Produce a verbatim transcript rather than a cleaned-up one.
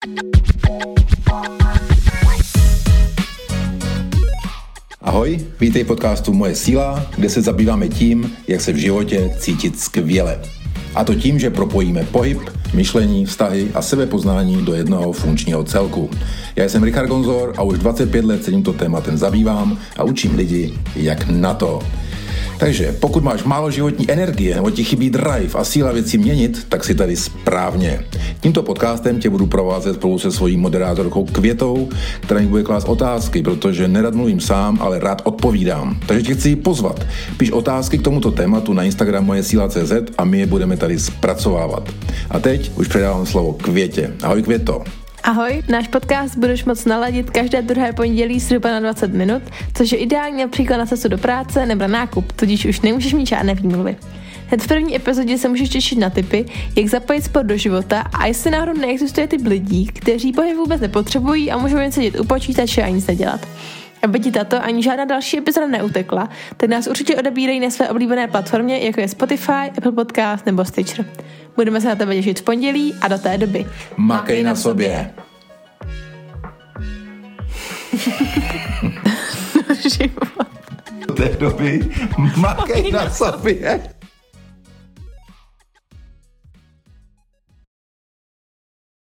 Ahoj, vítej v podcastu Moje síla, kde se zabýváme tím, jak se v životě cítit skvěle. A to tím, že propojíme pohyb, myšlení, vztahy a sebepoznání do jednoho funkčního celku. Já jsem Richard Gonzor a už dvacet pět let se tímto tématem zabývám a učím lidi, jak na to. Takže pokud máš málo životní energie nebo ti chybí drive a síla věci měnit, tak si tady správně. Tímto podcastem tě budu provázet spolu se svojí moderátorkou Květou, která mi bude klást otázky, protože nerad mluvím sám, ale rád odpovídám. Takže tě chci pozvat. Píš otázky k tomuto tématu na Instagram moje síla tečka cé zet a my je budeme tady zpracovávat. A teď už předávám slovo Květě. Ahoj Květo. Ahoj, náš podcast budeš moct naladit každé druhé pondělí zhruba na dvacet minut, což je ideální například na cestu do práce nebo na nákup, tudíž už nemůžeš mít žádné výmluvy. Hned v první epizodě se můžeš těšit na tipy, jak zapojit sport do života a jestli náhodou neexistuje typ lidí, kteří pohyb vůbec nepotřebují a můžou jen sedět u počítače a nic nedělat. Aby ti tato ani žádná další epizoda neutekla, tak nás určitě odebírej na své oblíbené platformě, jako je Spotify, Apple Podcast nebo Stitcher. Budeme se na tebe těšit v pondělí a do té doby makej na sobě. Do té doby makej na sobě.